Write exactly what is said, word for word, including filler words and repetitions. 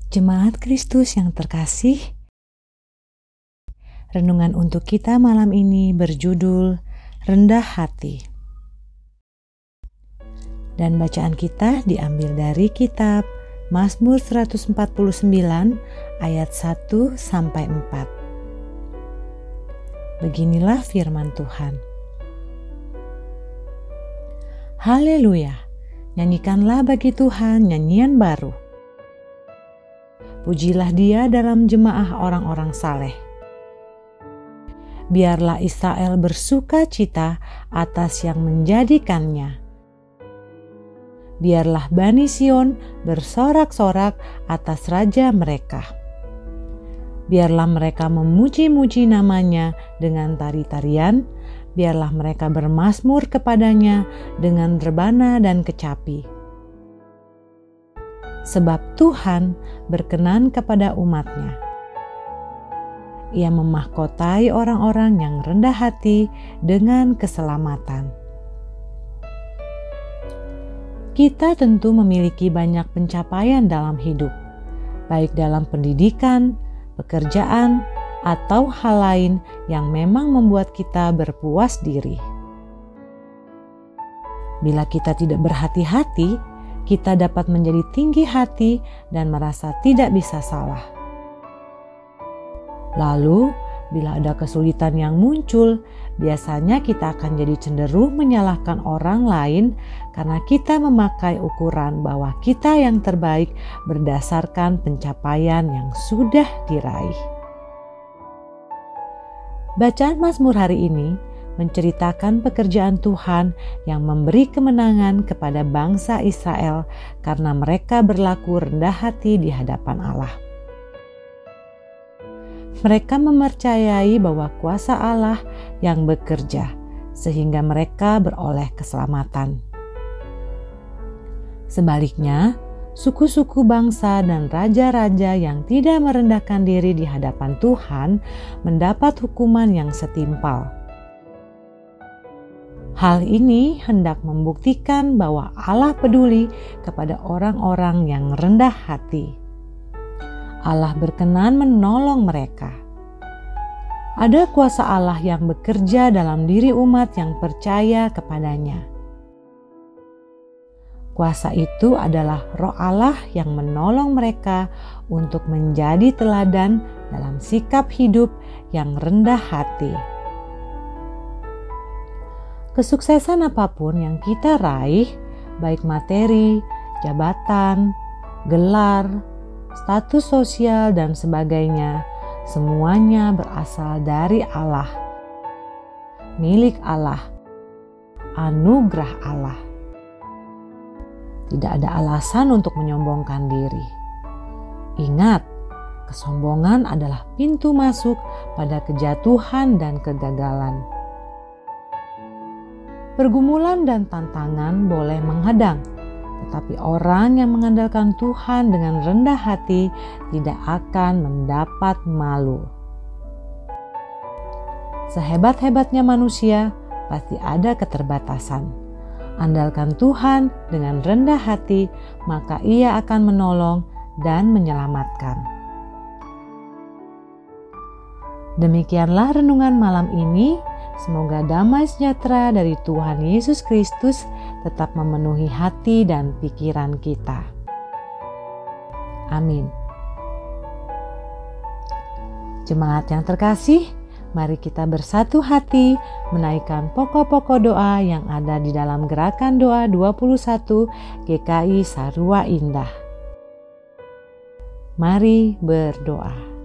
Jemaat Kristus yang terkasih, renungan untuk kita malam ini berjudul Rendah Hati. Dan bacaan kita diambil dari kitab Mazmur seratus empat puluh sembilan ayat satu sampai empat. Beginilah firman Tuhan. Haleluya, nyanyikanlah bagi Tuhan nyanyian baru. Pujilah Dia dalam jemaah orang-orang saleh. Biarlah Israel bersuka cita atas yang menjadikannya. Biarlah Bani Sion bersorak-sorak atas raja mereka. Biarlah mereka memuji-muji namanya dengan tari-tarian. Biarlah mereka bermazmur kepadanya dengan rebana dan kecapi. Sebab Tuhan berkenan kepada umat-Nya. Ia memahkotai orang-orang yang rendah hati dengan keselamatan. Kita tentu memiliki banyak pencapaian dalam hidup, baik dalam pendidikan, pekerjaan, atau hal lain yang memang membuat kita berpuas diri. Bila kita tidak berhati-hati, kita dapat menjadi tinggi hati dan merasa tidak bisa salah. Lalu, bila ada kesulitan yang muncul, biasanya kita akan jadi cenderung menyalahkan orang lain karena kita memakai ukuran bahwa kita yang terbaik berdasarkan pencapaian yang sudah diraih. Bacaan Mazmur hari ini menceritakan pekerjaan Tuhan yang memberi kemenangan kepada bangsa Israel karena mereka berlaku rendah hati di hadapan Allah. Mereka mempercayai bahwa kuasa Allah yang bekerja sehingga mereka beroleh keselamatan. Sebaliknya, suku-suku bangsa dan raja-raja yang tidak merendahkan diri di hadapan Tuhan mendapat hukuman yang setimpal. Hal ini hendak membuktikan bahwa Allah peduli kepada orang-orang yang rendah hati. Allah berkenan menolong mereka. Ada kuasa Allah yang bekerja dalam diri umat yang percaya kepadanya. Kuasa itu adalah Roh Allah yang menolong mereka untuk menjadi teladan dalam sikap hidup yang rendah hati. Kesuksesan apapun yang kita raih, baik materi, jabatan, gelar, status sosial, dan sebagainya, semuanya berasal dari Allah, milik Allah, anugerah Allah. Tidak ada alasan untuk menyombongkan diri. Ingat, kesombongan adalah pintu masuk pada kejatuhan dan kegagalan. Pergumulan dan tantangan boleh menghadang, tetapi orang yang mengandalkan Tuhan dengan rendah hati tidak akan mendapat malu. Sehebat-hebatnya manusia, pasti ada keterbatasan. Andalkan Tuhan dengan rendah hati, maka Ia akan menolong dan menyelamatkan. Demikianlah renungan malam ini. Semoga damai sejahtera dari Tuhan Yesus Kristus tetap memenuhi hati dan pikiran kita. Amin. Jemaat yang terkasih, mari kita bersatu hati menaikkan pokok-pokok doa yang ada di dalam gerakan doa dua puluh satu G K I Sarua Indah. Mari berdoa.